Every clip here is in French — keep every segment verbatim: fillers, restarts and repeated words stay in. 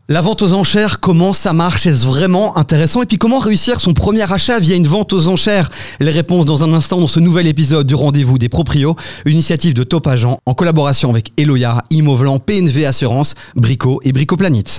La vente aux enchères, comment ça marche? Est-ce vraiment intéressant? Et puis comment réussir son premier achat via une vente aux enchères? Les réponses dans un instant dans ce nouvel épisode du Rendez-vous des Proprios, une initiative de Top Agent en collaboration avec Eloya, Imovlan, P N V Assurance, Brico et Bricoplanète.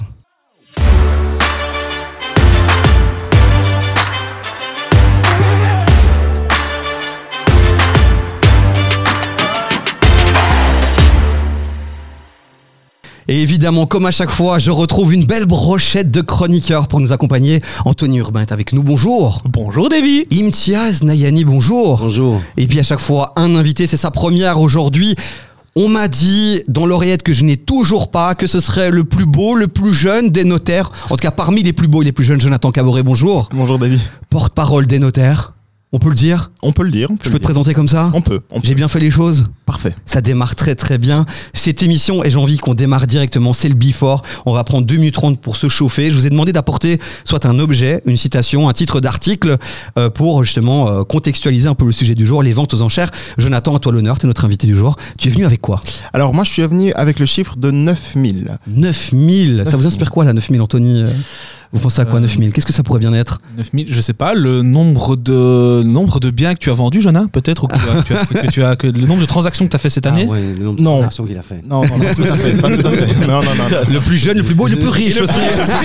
Et évidemment, comme à chaque fois, je retrouve une belle brochette de chroniqueurs pour nous accompagner. Anthony Urbain est avec nous, bonjour. Bonjour Davy. Imtiaz Nayani, bonjour. Bonjour. Et puis à chaque fois, un invité, c'est sa première aujourd'hui. On m'a dit dans l'oreillette que je n'ai toujours pas, que ce serait le plus beau, le plus jeune des notaires. En tout cas, parmi les plus beaux et les plus jeunes, Jonathan Caboret, bonjour. Bonjour Davy. Porte-parole des notaires. On peut le dire? On peut le dire. On peut Je le peux te dire. présenter comme ça? On peut. on peut. J'ai bien fait les choses? Parfait. Ça démarre très très bien cette émission et j'ai envie qu'on démarre directement, c'est le before. On va prendre deux minutes trente pour se chauffer. Je vous ai demandé d'apporter soit un objet, une citation, un titre d'article euh, pour justement euh, contextualiser un peu le sujet du jour, les ventes aux enchères. Jonathan, à toi l'honneur, tu es notre invité du jour. Tu es venu avec quoi? Alors moi je suis venu avec le chiffre de neuf mille. neuf mille. Ça vous inspire quoi là, neuf mille, Anthony? Vous pensez à quoi, neuf mille? Qu'est-ce que ça pourrait bien être? neuf mille, je sais pas, le nombre de, le nombre de biens que tu as vendus, Jonah, peut-être, ou que tu as, que tu as, que tu as que le nombre de transactions que tu as fait cette année. Ah ouais, le nombre de Non. transactions qu'il a fait. Non, non, non, tout à fait, pas tout à fait. Non, non, non. Le plus jeune, le plus beau, le plus riche aussi.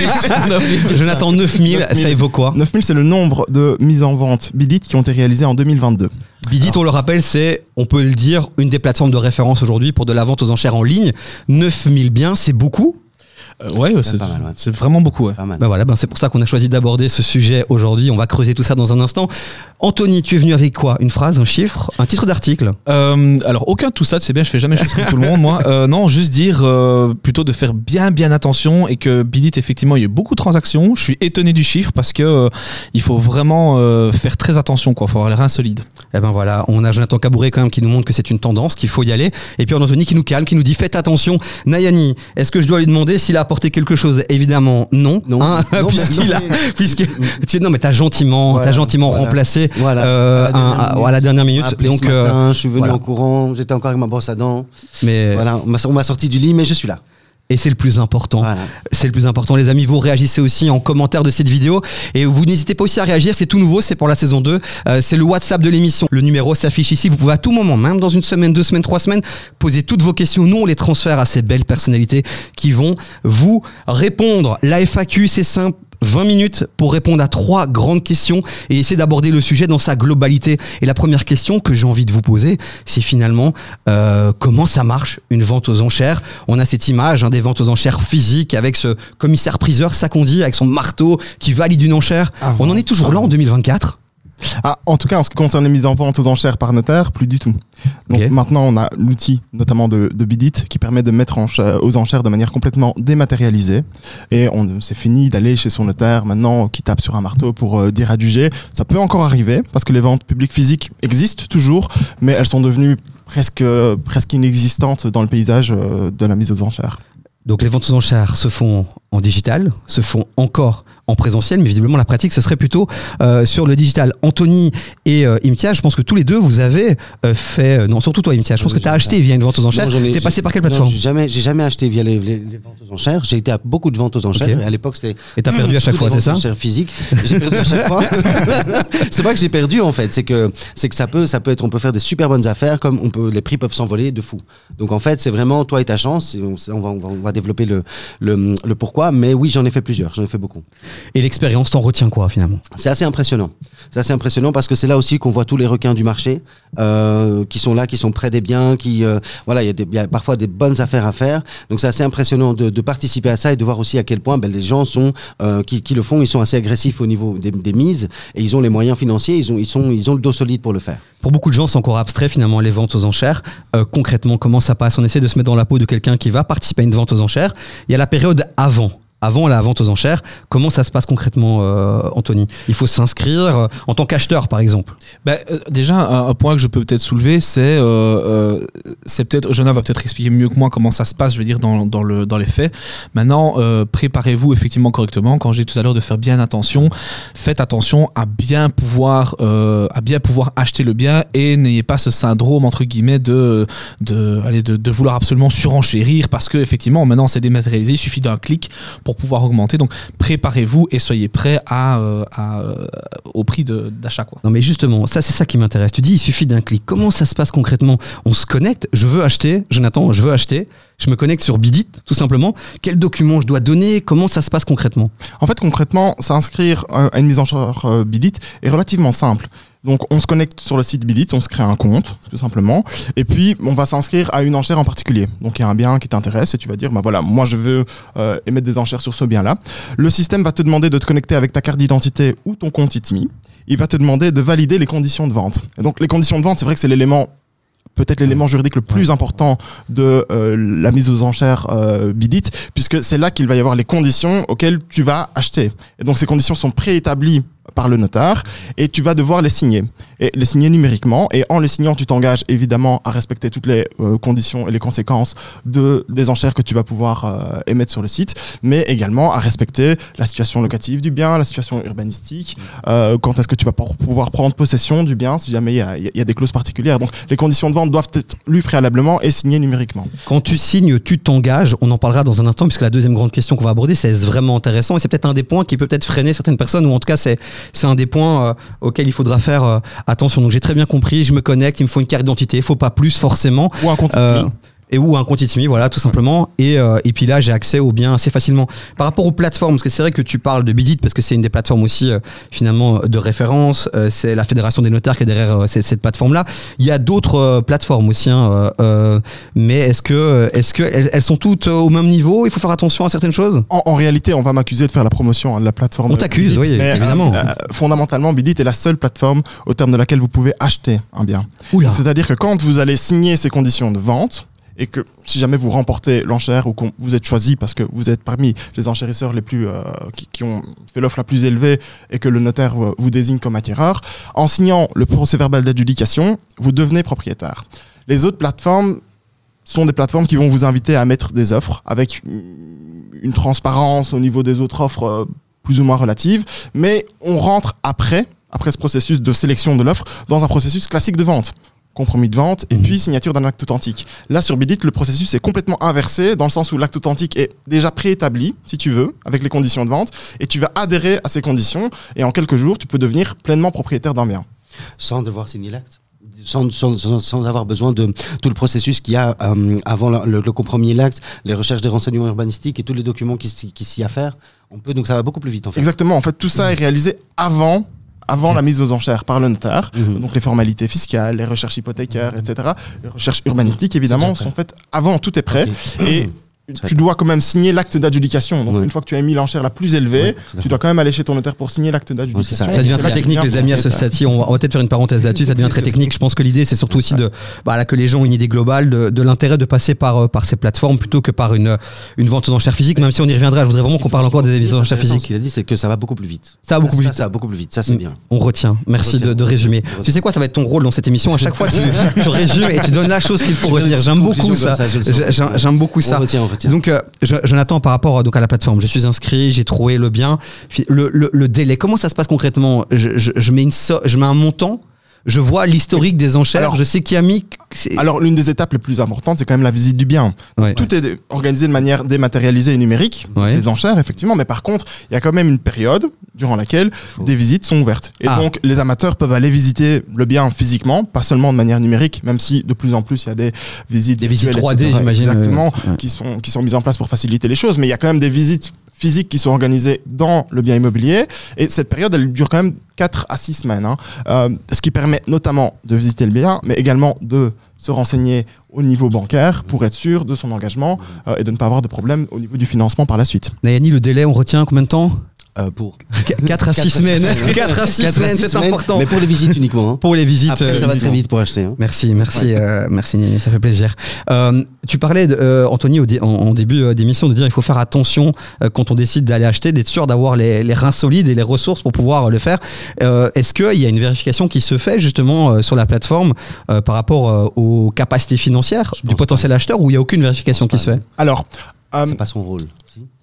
Jonathan, neuf mille, ça évoque quoi? neuf mille, c'est le nombre de mises en vente Bidit qui ont été réalisées en deux mille vingt-deux. Bidit, on le rappelle, c'est, on peut le dire, une des plateformes de référence aujourd'hui pour de la vente aux enchères en ligne. neuf mille biens, c'est beaucoup? Euh, ouais, ouais, c'est, pas mal, ouais. c'est vraiment beaucoup. Ouais. Pas mal. Ben voilà, ben c'est pour ça qu'on a choisi d'aborder ce sujet aujourd'hui. On va creuser tout ça dans un instant. Anthony, tu es venu avec quoi? Une phrase, un chiffre, un titre d'article? Euh, alors aucun de tout ça, tu sais bien, je fais jamais les choses comme tout le monde, moi. Euh, non, juste dire euh, plutôt de faire bien bien attention et que Bidit, effectivement, il y a eu beaucoup de transactions. Je suis étonné du chiffre parce que euh, il faut vraiment euh, faire très attention, quoi. Faut avoir les reins solides. Eh ben voilà, on a Jonathan Caboret quand même qui nous montre que c'est une tendance, qu'il faut y aller. Et puis on a Anthony qui nous calme, qui nous dit faites attention. Nayani, est-ce que je dois lui demander s'il a apporté quelque chose? Évidemment, non. Non. Hein, Non, puisqu'il mais- a, puisque tu non mais t'as gentiment, Voilà, t'as gentiment voilà. remplacé Voilà. euh, À la un- dernière à, à la dernière minute. Appelé Donc, ce matin, euh, je suis venu voilà. en courant, j'étais encore avec ma brosse à dents. mais Voilà, on m'a, on m'a sorti du lit, mais je suis là. et c'est le plus important. Voilà. C'est le plus important, les amis. Vous réagissez aussi en commentaire de cette vidéo. Et vous n'hésitez pas aussi à réagir. C'est tout nouveau, c'est pour la saison deux. Euh, c'est le WhatsApp de l'émission. Le numéro s'affiche ici. Vous pouvez à tout moment, même dans une semaine, deux semaines, trois semaines, poser toutes vos questions. Nous, on les transfère à ces belles personnalités qui vont vous répondre. La F A Q, c'est simple. vingt minutes pour répondre à trois grandes questions et essayer d'aborder le sujet dans sa globalité. Et la première question que j'ai envie de vous poser, c'est finalement euh, comment ça marche une vente aux enchères? On a cette image hein, des ventes aux enchères physiques avec ce commissaire-priseur, ça qu'on dit, avec son marteau qui valide une enchère. Avant. On en est toujours là en deux mille vingt-quatre? Ah, en tout cas, en ce qui concerne les mises en vente aux enchères par notaire, plus du tout. Donc Ok. maintenant, on a l'outil, notamment de, de Bidit, qui permet de mettre en ch- aux enchères de manière complètement dématérialisée. Et on, c'est fini d'aller chez son notaire maintenant qui tape sur un marteau pour euh, dire adjuger. Ça peut encore arriver parce que les ventes publiques physiques existent toujours, mais elles sont devenues presque, euh, presque inexistantes dans le paysage euh, de la mise aux enchères. Donc les ventes aux enchères se font en digital, se font encore en présentiel, mais visiblement la pratique ce serait plutôt euh, sur le digital. Anthony et euh, Imtiaz, je pense que tous les deux vous avez euh, fait, euh, non surtout toi Imtiaz, je pense Oui, que tu as j'ai acheté fait. via une vente aux enchères. Non, j'en ai- T'es passé j'ai- par quelle non, plateforme? j'ai jamais, j'ai jamais acheté via les, les- les ventes aux enchères. J'ai été à beaucoup de ventes aux enchères. Ok. Et à l'époque, c'était. Et t'as perdu à chaque surtout fois, des c'est ventes ça? aux enchères physiques. J'ai perdu à chaque fois. C'est pas que j'ai perdu en fait, c'est que c'est que ça peut, ça peut être, on peut faire des super bonnes affaires, comme on peut, les prix peuvent s'envoler de fou. Donc en fait, c'est vraiment toi et ta chance. Et on, on va, on va, on va développer le, le, le pourquoi. Mais oui, j'en ai fait plusieurs. J'en ai fait beaucoup. Et l'expérience, t'en retiens quoi finalement? C'est assez impressionnant. C'est assez impressionnant parce que c'est là aussi qu'on voit tous les requins du marché euh, qui sont là, qui sont près des biens, qui euh, voilà, il y a des, il y a parfois des bonnes affaires à faire. Donc c'est assez impressionnant de, de participer à ça et de voir aussi à quel point ben, les gens sont euh, qui, qui le font, ils sont assez agressifs au niveau des, des mises et ils ont les moyens financiers, ils ont ils sont ils ont le dos solide pour le faire. Pour beaucoup de gens, c'est encore abstrait finalement les ventes aux enchères. Euh, concrètement, comment ça passe? On essaie de se mettre dans la peau de quelqu'un qui va participer à une vente aux enchères. Il y a la période avant. Avant la vente aux enchères, comment ça se passe concrètement, euh, Anthony? Il faut s'inscrire euh, en tant qu'acheteur, par exemple. Ben, euh, déjà, un, un point que je peux peut-être soulever, c'est, euh, euh, c'est peut-être, Jonah va peut-être expliquer mieux que moi comment ça se passe, je veux dire, dans, dans, le, dans les faits. Maintenant, euh, préparez-vous effectivement correctement. Quand j'ai dit tout à l'heure de faire bien attention, faites attention à bien pouvoir, euh, à bien pouvoir acheter le bien et n'ayez pas ce syndrome, entre guillemets, de, de, allez, de, de vouloir absolument surenchérir parce que, effectivement, maintenant, c'est dématérialisé. Il suffit d'un clic pour pour pouvoir augmenter. Donc préparez-vous et soyez prêts à, euh, à, euh, au prix de, d'achat, quoi. Non mais justement, ça c'est ça qui m'intéresse. Tu dis il suffit d'un clic. Comment ça se passe concrètement? On se connecte, je veux acheter, Jonathan, je veux acheter, je me connecte sur Bidit tout simplement. Quel document je dois donner? Comment ça se passe concrètement? En fait, concrètement, s'inscrire à une mise en charge euh, Bidit est relativement simple. Donc, on se connecte sur le site Bidit, on se crée un compte, tout simplement, et puis on va s'inscrire à une enchère en particulier. Donc, il y a un bien qui t'intéresse et tu vas dire, bah voilà, moi je veux euh, émettre des enchères sur ce bien-là. Le système va te demander de te connecter avec ta carte d'identité ou ton compte I T M I. Il va te demander de valider les conditions de vente. Et donc, les conditions de vente, c'est vrai que c'est l'élément peut-être l'élément juridique le plus important de euh, la mise aux enchères euh, Bidit, puisque c'est là qu'il va y avoir les conditions auxquelles tu vas acheter. Et donc ces conditions sont préétablies par le notaire et tu vas devoir les signer. Et les signer numériquement, et en les signant, tu t'engages évidemment à respecter toutes les euh, conditions et les conséquences de, des enchères que tu vas pouvoir euh, émettre sur le site, mais également à respecter la situation locative du bien, la situation urbanistique, euh, quand est-ce que tu vas pouvoir prendre possession du bien, si jamais il y a, y a des clauses particulières. Donc les conditions de vente doivent être lues préalablement et signées numériquement. Quand tu signes, tu t'engages, on en parlera dans un instant, puisque la deuxième grande question qu'on va aborder, c'est vraiment intéressant, et c'est peut-être un des points qui peut peut-être freiner certaines personnes, ou en tout cas c'est, c'est un des points euh, auxquels il faudra faire euh, attention. Donc j'ai très bien compris, je me connecte, il me faut une carte d'identité, il faut pas plus forcément. Ou un compte I T M I. Et ou un compte I T M I, voilà, tout simplement. Et, euh, et puis là, j'ai accès aux biens assez facilement. Par rapport aux plateformes, parce que c'est vrai que tu parles de Bidit, parce que c'est une des plateformes aussi, euh, finalement, de référence. Euh, c'est la Fédération des notaires qui est derrière euh, cette, cette plateforme-là. Il y a d'autres euh, plateformes aussi, hein, euh, euh, mais est-ce que, est-ce que elles, elles sont toutes au même niveau? Il faut faire attention à certaines choses? En, en réalité, on va m'accuser de faire la promotion hein, de la plateforme. On t'accuse, Bidit, oui, mais, évidemment. Euh, euh, fondamentalement, Bidit est la seule plateforme au terme de laquelle vous pouvez acheter un bien. Oula. C'est-à-dire que quand vous allez signer ces conditions de vente, et que si jamais vous remportez l'enchère ou que vous êtes choisi parce que vous êtes parmi les enchérisseurs les plus euh, qui, qui ont fait l'offre la plus élevée et que le notaire euh, vous désigne comme acquéreur, en signant le procès-verbal d'adjudication, vous devenez propriétaire. Les autres plateformes sont des plateformes qui vont vous inviter à mettre des offres avec une transparence au niveau des autres offres euh, plus ou moins relatives, mais on rentre après, après ce processus de sélection de l'offre, dans un processus classique de vente. Compromis de vente et mmh. puis signature d'un acte authentique. Là, sur Bidit, le processus est complètement inversé dans le sens où l'acte authentique est déjà préétabli, si tu veux, avec les conditions de vente, et tu vas adhérer à ces conditions, et en quelques jours, tu peux devenir pleinement propriétaire d'un bien. Sans devoir signer l'acte, sans, sans, sans, sans avoir besoin de tout le processus qu'il y a euh, avant la, le, le compromis et l'acte, les recherches des renseignements urbanistiques et tous les documents qui, qui s'y a à faire. On peut, donc ça va beaucoup plus vite en fait. Exactement, en fait tout ça mmh. est réalisé avant avant la mise aux enchères par le notaire. Mmh. Donc les formalités fiscales, les recherches hypothécaires, et cetera. Les recherches urbanistiques, évidemment, sont faites avant, tout est prêt. Okay. Et tu dois quand même signer l'acte d'adjudication. Donc, oui. une fois que tu as émis l'enchère la plus élevée, oui, tu dois quand même aller chez ton notaire pour signer l'acte d'adjudication. Oui, ça. ça devient très technique, les amis, à ce stade-ci. On va, on va peut-être faire une parenthèse là-dessus. Ça devient très technique. Je pense que l'idée, c'est surtout aussi de, bah, là, que les gens aient une idée globale de, de l'intérêt de passer par, par ces plateformes plutôt que par une, une vente aux enchères physiques, même si on y reviendra. Je voudrais vraiment qu'on parle encore des mises aux enchères physiques. Ce qu'il a dit, c'est que ça va beaucoup plus vite. Ça va beaucoup plus vite. Ça va beaucoup plus vite. Ça, c'est bien. On retient. Merci de, de résumer. Tu sais quoi, ça va être ton rôle dans cette émission. À chaque fois, tu, tu résumes et tu donnes la chose qu'il faut retenir. J'aime beaucoup ça. J'aime beaucoup ça. Donc, Jonathan, par rapport donc à la plateforme, je suis inscrit, j'ai trouvé le bien. Le, le, le délai, comment ça se passe concrètement? je, je, je, mets une so- je mets un montant, je vois l'historique des enchères, alors, je sais qui a mis... C'est... Alors, l'une des étapes les plus importantes, c'est quand même la visite du bien. Ouais. Tout est organisé de manière dématérialisée et numérique, ouais. les enchères, effectivement, mais par contre, il y a quand même une période durant laquelle oh. des visites sont ouvertes. Et ah. donc, les amateurs peuvent aller visiter le bien physiquement, pas seulement de manière numérique, même si de plus en plus, il y a des visites... Des visites trois D, j'imagine. Exactement, euh, ouais. qui, sont, qui sont mises en place pour faciliter les choses, mais il y a quand même des visites physiques qui sont organisées dans le bien immobilier. Et cette période, elle dure quand même quatre à six semaines. Hein. Euh, ce qui permet notamment de visiter le bien, mais également de se renseigner au niveau bancaire pour être sûr de son engagement euh, et de ne pas avoir de problème au niveau du financement par la suite. Nayani, le délai, on retient combien de temps ? Euh, pour quatre à six semaines. quatre à six semaines, c'est semaines, important. Mais pour les visites uniquement. Hein. Pour les visites. Après, ça euh, va très vite pour acheter. Hein. Merci, merci, ouais. euh, merci Nini, ça fait plaisir. Euh, tu parlais, de, euh, Anthony, au dé, en, en début euh, d'émission, de dire il faut faire attention euh, quand on décide d'aller acheter, d'être sûr d'avoir les, les reins solides et les ressources pour pouvoir euh, le faire. Euh, est-ce qu'il y a une vérification qui se fait justement euh, sur la plateforme euh, par rapport euh, aux capacités financières du potentiel pas. acheteur, ou il n'y a aucune vérification qui pas. se fait ? Alors, euh, c'est pas son rôle. Si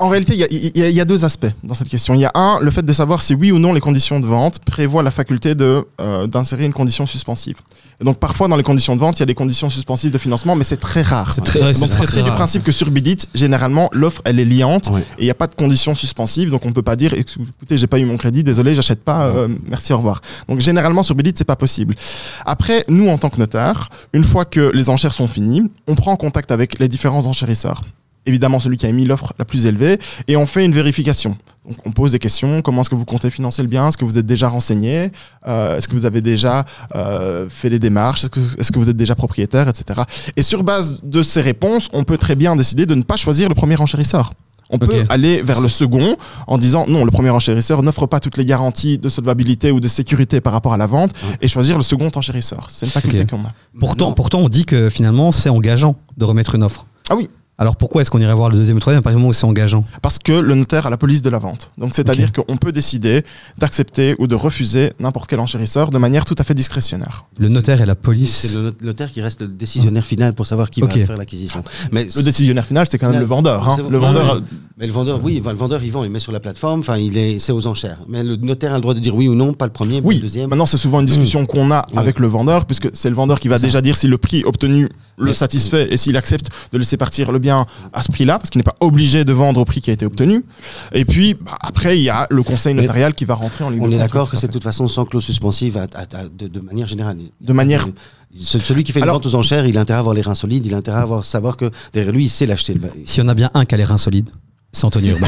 En réalité, il y a, il y a- il y a deux aspects dans cette question. Il y a un, le fait de savoir si oui ou non les conditions de vente prévoient la faculté de, euh, d'insérer une condition suspensive. Et donc parfois dans les conditions de vente, il y a des conditions suspensives de financement, mais c'est très rare. C'est très, ouais, c'est Donc très, partir très du rare. principe que sur Bidit, généralement, l'offre elle est liante Ouais. et il n'y a pas de conditions suspensives, donc on peut pas dire écoutez, j'ai pas eu mon crédit, désolé, j'achète pas, euh, merci, au revoir. Donc généralement sur Bidit, c'est pas possible. Après, nous en tant que notaire, une fois que les enchères sont finies, on prend contact avec les différents enchérisseurs. Évidemment celui qui a émis l'offre la plus élevée, et on fait une vérification. Donc on pose des questions, comment est-ce que vous comptez financer le bien, est-ce que vous êtes déjà renseigné, euh, est-ce que vous avez déjà euh, fait les démarches, est-ce que, est-ce que vous êtes déjà propriétaire, et cetera. Et sur base de ces réponses, on peut très bien décider de ne pas choisir le premier enchérisseur. On peut Ok. aller vers le second en disant non, le premier enchérisseur n'offre pas toutes les garanties de solvabilité ou de sécurité par rapport à la vente, Ouais. et choisir le second enchérisseur. C'est une faculté Ok. qu'on a. Pourtant, Non. pourtant, on dit que finalement, c'est engageant de remettre une offre. Ah oui. Alors pourquoi est-ce qu'on irait voir le deuxième ou le troisième à partir du moment où c'est engageant? Parce que le notaire a la police de la vente. Donc c'est-à-dire qu'on peut décider d'accepter ou de refuser n'importe quel enchérisseur de manière tout à fait discrétionnaire. Le notaire et la C'est police. le not- notaire qui reste le décisionnaire final pour savoir qui Ok. va faire l'acquisition. Mais Le décisionnaire final, c'est quand même Final. le vendeur. Hein. C'est- Le ouais, vendeur, ouais. Mais le vendeur, oui, enfin, le vendeur, il vend, il met sur la plateforme, enfin, il est, c'est aux enchères. Mais le notaire a le droit de dire oui ou non, pas le premier, pas oui, le deuxième. maintenant c'est souvent une discussion qu'on a Ouais. avec le vendeur, puisque c'est le vendeur qui va C'est ça. déjà dire si le prix obtenu le Mais- satisfait et s'il accepte de laisser partir le bien à ce prix-là, parce qu'il n'est pas obligé de vendre au prix qui a été obtenu. Et puis bah, après, il y a le conseil Mais- notarial qui va rentrer en ligne de On est compte, d'accord tout que à c'est fait. de toute façon sans clause suspensive à- à- à- de, de manière générale. De manière- Euh, ce- Celui qui fait Alors- une vente aux enchères, il a intérêt à avoir les reins solides, il a intérêt à avoir, savoir que derrière lui, il sait l'acheter. le- S'il y en a bien un qui a les reins solides, c'est Anthony Urbain.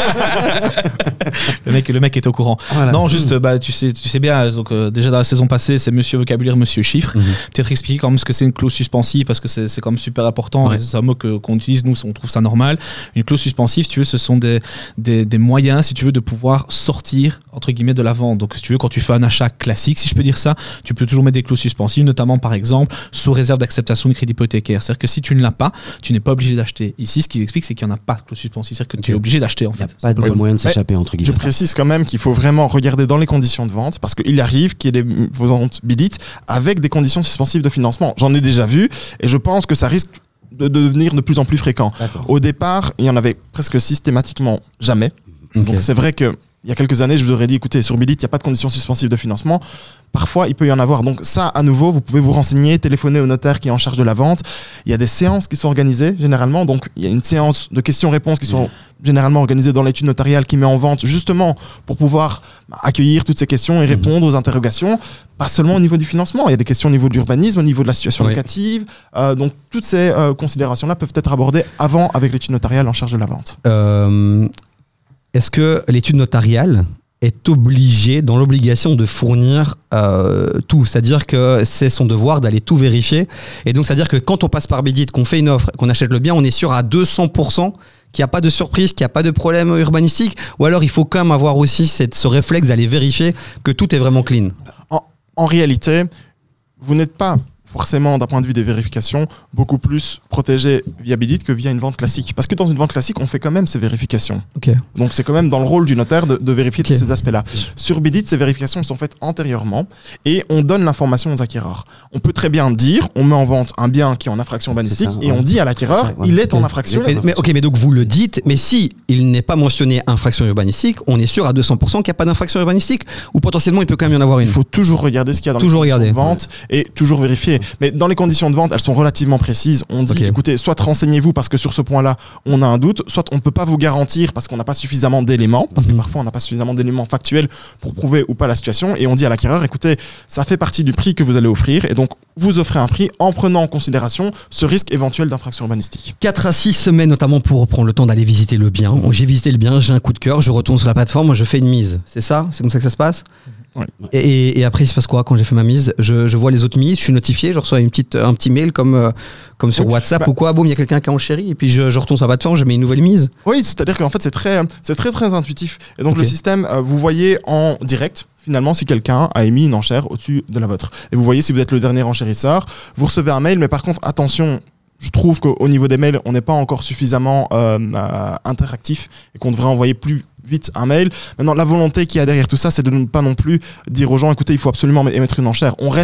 Le mec, le mec est au courant. Voilà. Non, juste, bah, tu sais, tu sais bien. Donc, euh, déjà dans la saison passée, c'est Monsieur Vocabulaire, Monsieur Chiffre. Mhm. Peut-être expliquer quand même ce que c'est une clause suspensive parce que c'est c'est quand même super important. Ouais. Et C'est un mot que- qu'on utilise, nous, on trouve ça normal. Une clause suspensive, si tu veux, ce sont des, des, des moyens, si tu veux, de pouvoir sortir, entre guillemets, de la vente. Donc, si tu veux, quand tu fais un achat classique, si je peux dire ça, tu peux toujours mettre des clauses suspensives, notamment, par exemple, sous réserve d'acceptation du crédit hypothécaire. C'est-à-dire que si tu ne l'as pas, tu n'es pas obligé d'acheter. Ici, ce qu'ils expliquent, c'est qu'il n'y en a pas de clause suspensive. C'est-à-dire que tu es Ok. obligé d'acheter, en Il n'y a fait. pas de Oui. moyen de Mais s'échapper, entre Je guillemets. précise quand même qu'il faut vraiment regarder dans les conditions de vente, parce qu'il arrive qu'il y ait des ventes Bidit avec des conditions suspensives de financement. J'en ai déjà vu, et je pense que ça risque de devenir de plus en plus fréquent. D'accord. Au départ, il y en avait presque systématiquement jamais. Ok. Donc c'est vrai que il y a quelques années, je vous aurais dit, écoutez, sur Bidit, il n'y a pas de conditions suspensives de financement. Parfois, il peut y en avoir. Donc ça, à nouveau, vous pouvez vous renseigner, téléphoner au notaire qui est en charge de la vente. Il y a des séances qui sont organisées, généralement. Donc il y a une séance de questions-réponses qui sont généralement organisées dans l'étude notariale qui met en vente, justement pour pouvoir bah, accueillir toutes ces questions et répondre aux interrogations. Pas seulement au niveau du financement, il y a des questions au niveau de l'urbanisme, au niveau de la situation Oui. locative. Euh, donc toutes ces euh, considérations-là peuvent être abordées avant avec l'étude notariale en charge de la vente. Euh, Est-ce que l'étude notariale est obligée, dans l'obligation de fournir euh, tout? C'est-à-dire que c'est son devoir d'aller tout vérifier. Et donc, c'est-à-dire que quand on passe par Bidit, qu'on fait une offre, qu'on achète le bien, on est sûr à deux cents pour cent qu'il n'y a pas de surprise, qu'il n'y a pas de problème urbanistique? Ou alors, il faut quand même avoir aussi cette, ce réflexe d'aller vérifier que tout est vraiment clean? En, en réalité, vous n'êtes pas forcément, d'un point de vue des vérifications, beaucoup plus protégé via Bidit que via une vente classique. Parce que dans une vente classique, on fait quand même ces vérifications. Ok. Donc c'est quand même dans le rôle du notaire de, de vérifier Ok. tous ces aspects-là. Sur Bidit, ces vérifications sont faites antérieurement et on donne l'information aux acquéreurs. On peut très bien dire, on met en vente un bien qui est en infraction urbanistique C'est ça, et ouais. on dit à l'acquéreur, C'est ça, ouais. il est en Ok. infraction. Mais, mais- ok, mais donc vous le dites, mais si il n'est pas mentionné infraction urbanistique, on est sûr à deux cents pour cent qu'il n'y a pas d'infraction urbanistique? Ou potentiellement, il peut quand même y en avoir une? Il faut toujours regarder ce qu'il y a dans Toujours les conditions regarder. de vente et toujours vérifier. Mais dans les conditions de vente, elles sont relativement précises. On dit, Ok. écoutez, soit renseignez-vous parce que sur ce point-là, on a un doute, soit on ne peut pas vous garantir parce qu'on n'a pas suffisamment d'éléments, parce que Mhm. parfois on n'a pas suffisamment d'éléments factuels pour prouver ou pas la situation. Et on dit à l'acquéreur, écoutez, ça fait partie du prix que vous allez offrir et donc vous offrez un prix en prenant en considération ce risque éventuel d'infraction urbanistique. quatre à six semaines notamment pour prendre le temps d'aller visiter le bien. Bon, j'ai visité le bien, j'ai un coup de cœur, je retourne sur la plateforme, je fais une mise. C'est ça? C'est comme ça que ça se passe? Oui. Et, et- et après, il se passe quoi quand j'ai fait ma mise? je, je vois les autres mises, je suis notifié, je reçois une petite, un petit mail comme, euh, comme sur Oui, WhatsApp bah- ou quoi. Boum, il y a quelqu'un qui a enchéri et puis je, je retourne sur la plateforme, je mets une nouvelle mise. Oui, c'est-à-dire qu'en fait, c'est très, c'est très, très intuitif. Et donc, Ok. le système, euh, vous voyez en direct, finalement, si quelqu'un a émis une enchère au-dessus de la vôtre. Et vous voyez si vous êtes le dernier enchérisseur. Vous recevez un mail, mais par contre, attention, je trouve qu'au niveau des mails, on n'est pas encore suffisamment euh, euh, interactif et qu'on devrait envoyer plus vite un mail. Maintenant, la volonté qu'il y a derrière tout ça, c'est de ne pas non plus dire aux gens, écoutez, il faut absolument émettre une enchère. On reste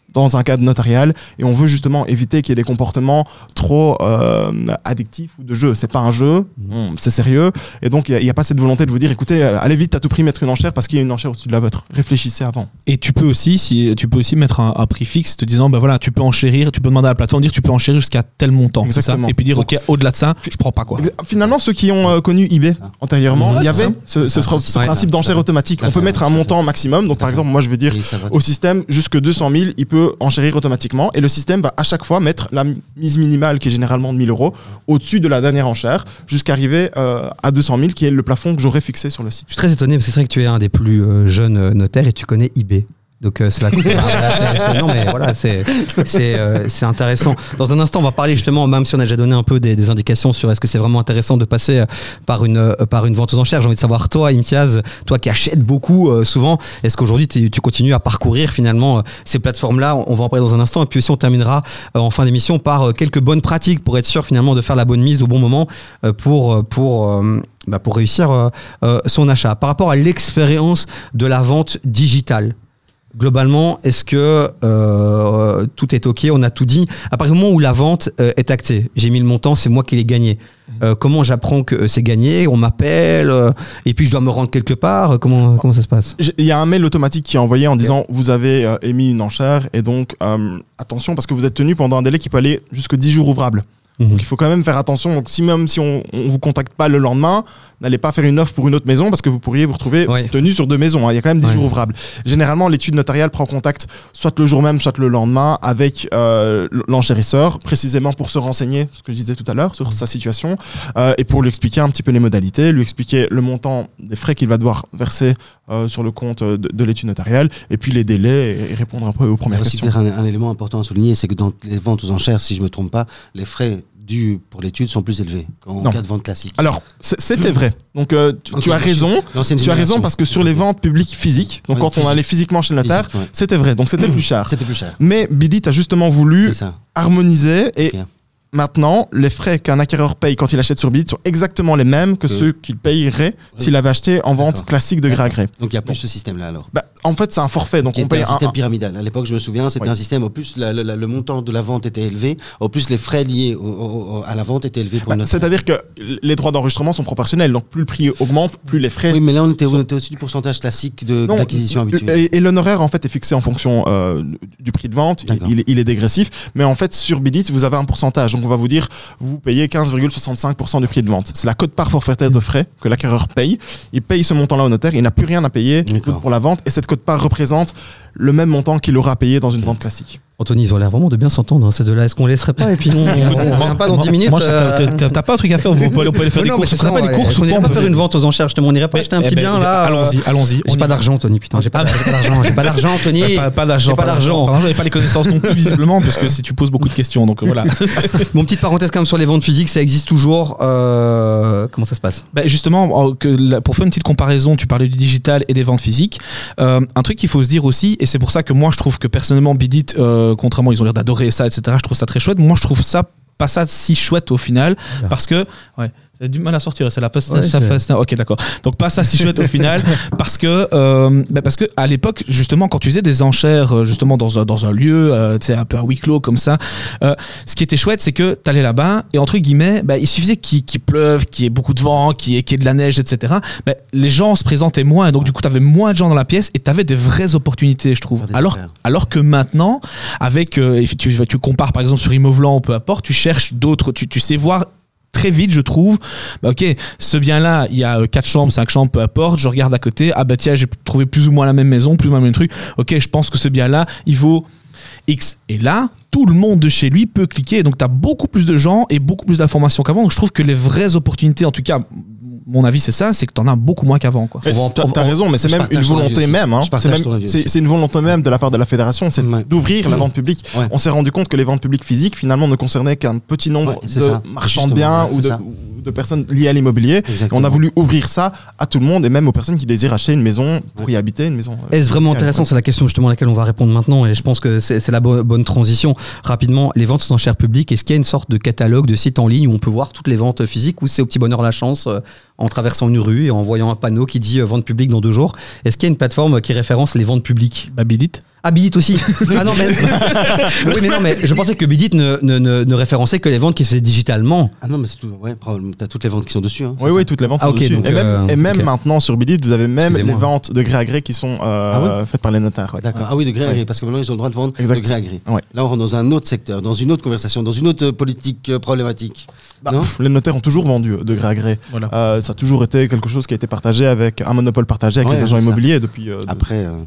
dans un cadre notarial et on veut justement éviter qu'il y ait des comportements trop euh, addictifs ou de jeu. C'est pas un jeu, bon, c'est sérieux et donc il n'y a, a pas cette volonté de vous dire écoutez, allez vite à tout prix mettre une enchère parce qu'il y a une enchère au-dessus de la vôtre. Réfléchissez avant. Et tu peux aussi, si, tu peux aussi mettre un, un prix fixe te disant bah voilà, tu peux enchérir, tu peux demander à la plateforme de dire tu peux enchérir jusqu'à tel montant. Exactement. Ça et puis dire ok, au-delà de ça, je prends pas quoi. Finalement, ceux qui ont euh, connu eBay antérieurement, Ouais, il y avait ça. ce, ce, ce, ce Ouais. principe d'enchère automatique. On peut mettre un montant maximum. Donc par exemple, moi je vais dire Et ça va- au système jusque deux cent mille, il peut enchérir automatiquement et le système va à chaque fois mettre la mise minimale qui est généralement de mille euros au-dessus de la dernière enchère jusqu'à arriver euh, à deux cent mille qui est le plafond que j'aurais fixé sur le site. Je suis très étonné parce que c'est vrai que tu es un des plus euh, jeunes euh, notaires et tu connais eBay. Donc euh, c'est la c'est, c'est, non mais voilà c'est c'est euh, c'est intéressant. Dans un instant on va parler justement, même si on a déjà donné un peu des, des indications sur est-ce que c'est vraiment intéressant de passer euh, par une euh, par une vente aux enchères. J'ai envie de savoir toi Imtiaz, toi qui achètes beaucoup euh, souvent, est-ce qu'aujourd'hui tu continues à parcourir finalement euh, ces plateformes là? On va en parler dans un instant et puis aussi on terminera euh, en fin d'émission par euh, quelques bonnes pratiques pour être sûr finalement de faire la bonne mise au bon moment euh, pour pour euh, bah, pour réussir euh, euh, son achat. Par rapport à l'expérience de la vente digitale. Globalement, est-ce que euh, tout est OK? On a tout dit. À partir du moment où la vente euh, est actée, j'ai mis le montant, c'est moi qui l'ai gagné. Euh, comment j'apprends que c'est gagné? On m'appelle euh, et puis je dois me rendre quelque part. Comment, comment ça se passe? Il y a un mail automatique qui est envoyé en disant vous avez euh, émis une enchère et donc euh, attention parce que vous êtes tenu pendant un délai qui peut aller jusque dix jours ouvrables. Mmh. Donc il faut quand même faire attention. Donc si même si on, on vous contacte pas le lendemain, n'allez pas faire une offre pour une autre maison parce que vous pourriez vous retrouver Ouais. tenu sur deux maisons. Hein. Il y a quand même dix Ouais. jours ouvrables. Généralement, l'étude notariale prend contact soit le jour même, soit le lendemain avec euh, l'enchérisseur, précisément pour se renseigner, ce que je disais tout à l'heure, sur sa situation euh, et pour lui expliquer un petit peu les modalités, lui expliquer le montant des frais qu'il va devoir verser euh, sur le compte de, de l'étude notariale et puis les délais et, et répondre un peu aux Il y premières a aussi questions. peut-être un, un élément important à souligner, c'est que dans les ventes aux enchères, si je me trompe pas, les frais dus pour l'étude sont plus élevés qu'en Non. cas de vente classique. Alors, c'est- c'était vrai. Donc, euh, tu, Ok, tu as je suis- raison. L'ancienne Tu as raison génération. parce que sur les ventes publiques physiques, donc Oui, quand on physique. allait physiquement chez le notaire, Physique, ouais. c'était vrai. Donc, c'était plus cher. C'était plus cher. Mais Bidit a justement voulu C'est ça. harmoniser et Ok. maintenant, les frais qu'un acquéreur paye quand il achète sur Bidit sont exactement les mêmes que Que- ceux qu'il payerait s'il avait acheté en vente D'accord. classique de gré à gré. Donc il y a plus ce système-là alors. Bah, en fait, c'est un forfait. Donc, Qui on était paye un un, système un- pyramidal. À l'époque, je me souviens, c'était Oui. un système, au plus la- la- le montant de la vente était élevé, au plus les frais liés au- au- au- à la vente étaient élevés pour bah, le notaire. c'est-à-dire que les droits d'enregistrement sont proportionnels. Donc, plus le prix augmente, plus les frais. Oui, mais là, on était, on était au-dessus du pourcentage classique de- Non, d'acquisition habituelle. Et, et l'honoraire en fait est fixé en fonction euh, du prix de vente. Il, D'accord. il est, il est dégressif, mais en fait sur Bidit vous avez un pourcentage. Donc on va vous dire vous payez quinze virgule soixante-cinq pour cent du prix de vente. C'est la quote-part forfaitaire de frais que l'acquéreur paye. Il paye ce montant-là au notaire. Il n'a plus rien à payer D'accord. pour la vente et cette quote-part représente le même montant qu'il aura payé dans une vente classique. Anthony, ils ont l'air vraiment de bien s'entendre, hein, ces deux-là. Est-ce qu'on les laisserait pas et puis non, on revient pas dans Moi- dix minutes moi, euh, t'as- t'as t'as pas un truc à faire, on peut aller on peut aller faire des non, mais courses. c'est On ferait ça, pas des ouais. courses On ou irait pas pas faire une vente aux enchères, justement. On irait pas acheter un Eh petit ben, bien là. Allons-y, allons-y. on J'ai y pas va. d'argent, Tony. Putain, j'ai pas, j'ai pas d'argent. J'ai pas d'argent, Tony. Pas, pas d'argent, J'ai pas d'argent. Pas d'argent et pas les connaissances non plus visiblement parce que si tu poses beaucoup de questions donc euh, voilà. Mon petite parenthèse quand même sur les ventes physiques, ça existe toujours. Euh, comment ça se passe? Bah justement, en- que la- pour faire une petite comparaison, tu parlais du digital et des ventes physiques. Euh, un truc qu'il faut se dire aussi, et c'est pour ça que moi je trouve que personnellement Bidit, euh, contrairement ils ont l'air d'adorer ça, et cetera. Je trouve ça très chouette. Moi je trouve ça pas ça si chouette au final, Là. parce que ouais. Ça a du mal à sortir, c'est la poste. Ouais, ça c'est- fait- ça- ok, d'accord. Donc pas ça si chouette au final, parce que euh, bah parce que à l'époque, justement, quand tu faisais des enchères, euh, justement dans un dans un lieu, euh, tu sais un peu à huis clos comme ça, euh, ce qui était chouette, c'est que t'allais là-bas et entre guillemets, bah, il suffisait qu'il qu'il pleuve, qu'il y ait beaucoup de vent, qu'il y ait, qu'il y ait de la neige, et cetera. Bah, les gens se présentaient moins, et donc du coup, t'avais moins de gens dans la pièce et t'avais des vraies opportunités, je trouve. Faire des Alors affaires. alors que maintenant, avec euh, tu, tu compares par exemple sur Immoveland ou peu importe, tu cherches d'autres, tu, tu sais voir très vite, je trouve. Bah, ok, ce bien-là, il y a euh, quatre chambres, cinq chambres, peu importe. Je regarde à côté. Ah bah tiens, j'ai trouvé plus ou moins la même maison, plus ou moins le même truc. Ok, je pense que ce bien-là, il vaut X. Et là, tout le monde de chez lui peut cliquer. Donc, tu as beaucoup plus de gens et beaucoup plus d'informations qu'avant. Donc, je trouve que les vraies opportunités, en tout cas, mon avis, c'est ça, c'est que tu en as beaucoup moins qu'avant, quoi. Mais On va en- T'as on- t'as raison, mais c'est je même partage une ton avis volonté aussi. même. Hein. Je C'est partage même- ton avis c'est aussi. c'est une volonté même de la part de la fédération, c'est Ouais. d'ouvrir la vente publique. Ouais. On s'est rendu compte que les ventes publiques physiques, finalement, ne concernaient qu'un petit nombre Ouais, c'est de ça. marchands de Justement, biens ouais, ou, c'est de, ça. ou de personnes liées à l'immobilier. Et Exactement. on a voulu ouvrir ça à tout le monde et même aux personnes qui désirent acheter une maison pour y habiter, une maison. euh, Est-ce vraiment familiale, intéressant? quoi. C'est la question justement à laquelle on va répondre maintenant et je pense que c'est c'est la bo- bonne transition. Rapidement, les ventes aux enchères publiques, est-ce qu'il y a une sorte de catalogue, de site en ligne où on peut voir toutes les ventes physiques ou c'est au petit bonheur la chance euh, en traversant une rue et en voyant un panneau qui dit euh, vente publique dans deux jours? Est-ce qu'il y a une plateforme qui référence les ventes publiques? Bah, Bidit. Ah, Bidit aussi. Ah non, mais. Oui, mais non, mais je pensais que Bidit ne, ne, ne, ne référençait que les ventes qui se faisaient digitalement. Ah non, mais c'est tout. Ouais, t'as toutes les ventes qui sont dessus. Hein, oui, oui, toutes les ventes ah, sont okay, dessus. donc, et même, euh, et même okay. maintenant sur Bidit, vous avez même les Excusez-moi. ventes de gré à gré qui sont euh, Ah oui faites par les notaires. Ouais. D'accord. Ah oui, de gré à gré, parce que maintenant ils ont le droit de vendre Exact. de gré à gré. Ouais. Là, on rentre dans un autre secteur, dans une autre conversation, dans une autre politique euh, problématique. Bah, non pff, les notaires ont toujours vendu de gré à gré. Voilà. Euh, ça a toujours été quelque chose qui a été partagé avec un monopole partagé avec Ouais, les agents ça. immobiliers depuis. Euh, Après. Euh...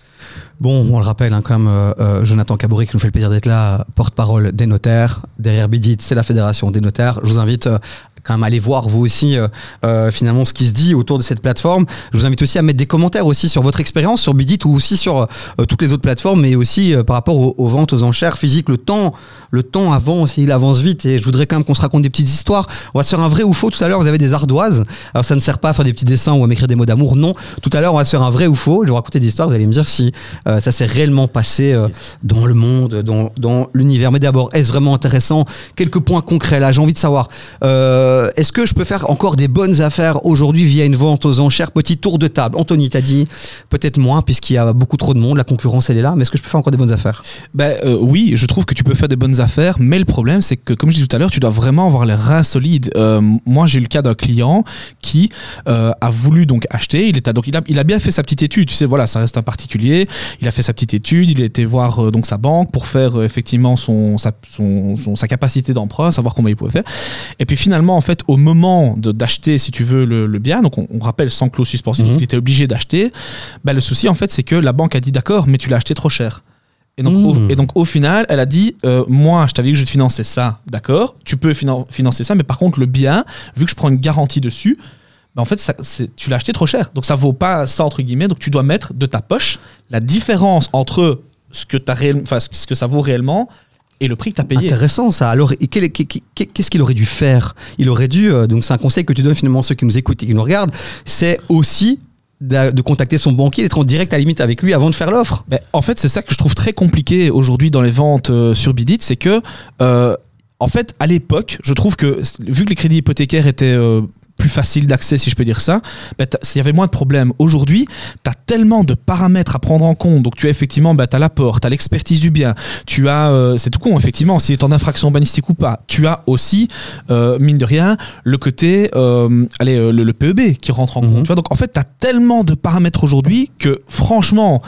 Bon, on le rappelle, hein, quand même, euh, Jonathan Caboury qui nous fait le plaisir d'être là, porte-parole des notaires. Derrière Bidit, c'est la fédération des notaires. Je vous invite euh, quand même à aller voir vous aussi euh, euh, finalement ce qui se dit autour de cette plateforme. Je vous invite aussi à mettre des commentaires aussi sur votre expérience sur Bidit ou aussi sur euh, toutes les autres plateformes, mais aussi euh, par rapport aux, aux ventes aux enchères physiques. Le temps, le temps avance, il avance vite et je voudrais quand même qu'on se raconte des petites histoires. On va se faire un vrai ou faux. Tout à l'heure, vous avez des ardoises. Alors ça ne sert pas à faire des petits dessins ou à m'écrire des mots d'amour. Non. Tout à l'heure, on va se faire un vrai ou faux. Je vais vous raconter des histoires. Vous allez me dire si euh, ça s'est réellement passé euh, dans le monde, dans, dans l'univers. Mais d'abord, est-ce vraiment intéressant? Quelques points concrets là. J'ai envie de savoir. Euh, est-ce que je peux faire encore des bonnes affaires aujourd'hui via une vente aux enchères? Petit tour de table. Anthony, t'as dit peut-être moins puisqu'il y a beaucoup trop de monde. La concurrence, elle est là. Mais est-ce que je peux faire encore des bonnes affaires? Ben euh, oui, je trouve que tu peux faire des bonnes affaires, mais le problème c'est que, comme je disais tout à l'heure, tu dois vraiment avoir les reins solides. Euh, moi, j'ai eu le cas d'un client qui euh, a voulu donc acheter. Il était donc il a il a bien fait sa petite étude. Tu sais, voilà, ça reste un particulier. Il a fait sa petite étude. Il a été voir euh, donc sa banque pour faire euh, effectivement son sa son, son sa capacité d'emprunt, savoir combien il pouvait faire. Et puis finalement, en fait, au moment de, d'acheter, si tu veux, le, le bien, donc on, on rappelle sans clause suspensive, Mm-hmm. donc tu étais obligé d'acheter. Ben le souci en fait, c'est que la banque a dit d'accord, mais tu l'as acheté trop cher. Et donc, Mmh. au, et donc au final, elle a dit euh, moi, je t'avais dit que je te finançais ça, d'accord, tu peux finan- financer ça, mais par contre, le bien, vu que je prends une garantie dessus, ben en fait, ça, c'est, tu l'as acheté trop cher. Donc ça vaut pas ça, entre guillemets. Donc tu dois mettre de ta poche la différence entre ce que, t'as réel, enfin, ce que ça vaut réellement et le prix que tu as payé. Intéressant ça. Alors, et quel- qu'est-ce qu'il aurait dû faire? Il aurait dû, euh, donc c'est un conseil que tu donnes finalement à ceux qui nous écoutent et qui nous regardent, c'est aussi de, de contacter son banquier, d'être en direct à la limite avec lui avant de faire l'offre. Ben, en fait, c'est ça que je trouve très compliqué aujourd'hui dans les ventes euh, sur Bidit, c'est que, euh, en fait, à l'époque, je trouve que, vu que les crédits hypothécaires étaient euh, plus faciles d'accès, si je peux dire ça, ben, il y avait moins de problèmes. Aujourd'hui, tu as tellement de paramètres à prendre en compte. Donc, tu as effectivement, ben, tu as l'apport, tu as l'expertise du bien, tu as, euh, c'est tout con, effectivement, s'il est en infraction urbanistique ou pas, tu as aussi, euh, mine de rien, le côté, euh, allez, euh, le, le P E B qui rentre en Mhm. compte. Tu vois, donc, en fait, tu as tellement de paramètres aujourd'hui que, franchement,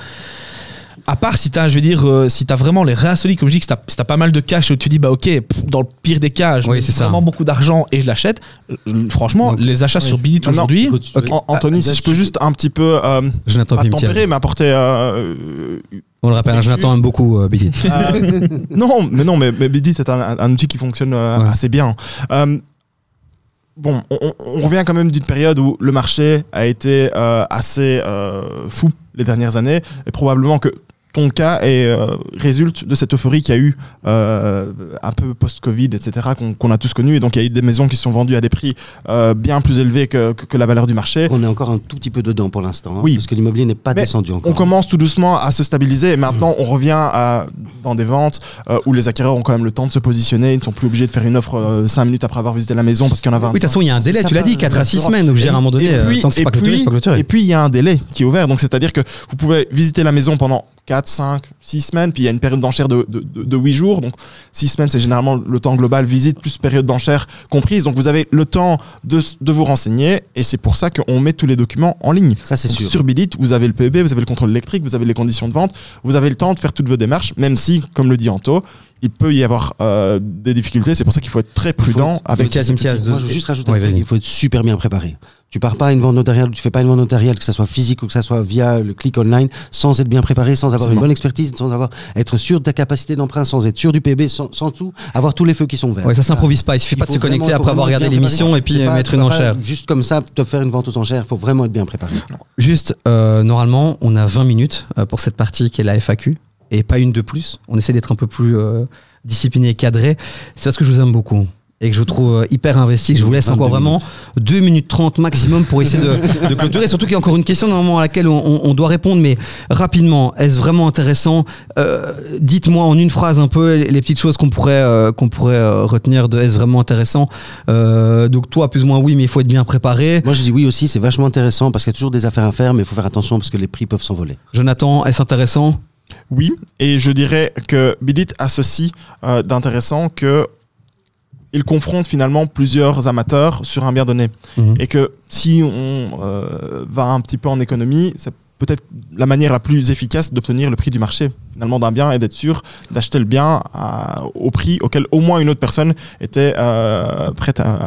à part si t'as, je vais dire, euh, si t'as vraiment les reins solides, comme je dis, que si t'as, si t'as pas mal de cash, tu dis, bah ok, pff, dans le pire des cas, je Oui, mets c'est ça. vraiment beaucoup d'argent et je l'achète. Euh, Franchement, Donc, les achats oui. sur Bidit Maintenant, aujourd'hui, écoute, Ok. An- Anthony, Ah, si je peux juste un petit peu euh, Jonathan pas Pimtiaz. tempérer, mais apporter. euh, euh, On le rappelle, hein, Jonathan aime beaucoup euh, Bidit. euh, non, mais non, mais, mais Bidit c'est un, un- un outil qui fonctionne euh, Ouais. assez bien. Euh, bon, on, on- on revient quand même d'une période où le marché a été euh, assez euh, fou les dernières années, et probablement que ton cas est, euh, résulte de cette euphorie qu'il y a eu euh, un peu post-Covid, et cetera, qu'on, qu'on a tous connu. Et donc, il y a eu des maisons qui se sont vendues à des prix euh, bien plus élevés que, que, que la valeur du marché. On est encore un tout petit peu dedans pour l'instant. Hein, Oui. Parce que l'immobilier n'est pas Mais descendu encore. On commence tout doucement à se stabiliser. Et maintenant, on revient à, dans des ventes euh, où les acquéreurs ont quand même le temps de se positionner. Ils ne sont plus obligés de faire une offre cinq minutes après avoir visité la maison parce qu'il y en a vingt. Oui, de toute façon, il y a un délai, Ça tu l'as part, dit, quatre à six restaurant. semaines. Donc, je veux dire, à un moment donné, Et euh, puis, tant que c'est et pas clôturé, puis- c'est pas clôturé. et puis, il y a un délai qui est ouvert. Donc, c'est-à-dire que vous pouvez visiter la maison pendant quatre, cinq, six semaines. Puis, il y a une période d'enchère de, de, de, de huit jours. Donc, six semaines, c'est généralement le temps global visite plus période d'enchère comprise. Donc, vous avez le temps de, de vous renseigner. Et c'est pour ça qu'on met tous les documents en ligne. Ça, c'est Donc, sûr. sur Bidit, vous avez le P E B, vous avez le contrôle électrique, vous avez les conditions de vente, vous avez le temps de faire toutes vos démarches, même si, comme le dit Anto, il peut y avoir euh, des difficultés. C'est pour ça qu'il faut être très prudent Il faut- avec. Mathias, Mathias, Moi, deux- je veux juste rajouter Ouais, un truc, vas-y. il faut être super bien préparé. Tu pars pas à une vente notariale, tu fais pas une vente notariale, que ça soit physique ou que ça soit via le clic online, sans être bien préparé, sans avoir Absolument. une bonne expertise, sans avoir être sûr de ta capacité d'emprunt, sans être sûr du P B, sans, sans tout, avoir tous les feux qui sont verts. Ouais, ça s'improvise pas. Il suffit Il pas de faut se connecter vraiment- après faut avoir vraiment regardé être bien l'émission préparé. et puis C'est euh, pas- mettre tu une vas pas enchère. Juste comme ça, te faire une vente aux enchères, il faut vraiment être bien préparé. Juste, euh, normalement, on a vingt minutes euh, pour cette partie qui est la F A Q et pas une de plus. On essaie d'être un peu plus euh, discipliné et cadré. C'est parce que je vous aime beaucoup et que je vous trouve euh, hyper investi. Je vous laisse encore vraiment deux minutes trente maximum pour essayer de, de clôturer. Surtout qu'il y a encore une question normalement à laquelle on, on- on doit répondre, mais rapidement, est-ce vraiment intéressant? Euh, Dites-moi en une phrase un peu les, les petites choses qu'on pourrait, euh, qu'on pourrait euh, retenir de est-ce vraiment intéressant. Euh, donc toi, plus ou moins oui, mais il faut être bien préparé. Moi, je dis oui aussi, c'est vachement intéressant parce qu'il y a toujours des affaires à faire, mais il faut faire attention parce que les prix peuvent s'envoler. Jonathan, est-ce intéressant? Oui, et je dirais que Bidit a ceci euh, d'intéressant que il confronte finalement plusieurs amateurs sur un bien donné. Mmh. Et que si on euh, va un petit peu en économie, c'est peut-être la manière la plus efficace d'obtenir le prix du marché finalement d'un bien et d'être sûr d'acheter le bien à, au prix auquel au moins une autre personne était euh, prête à,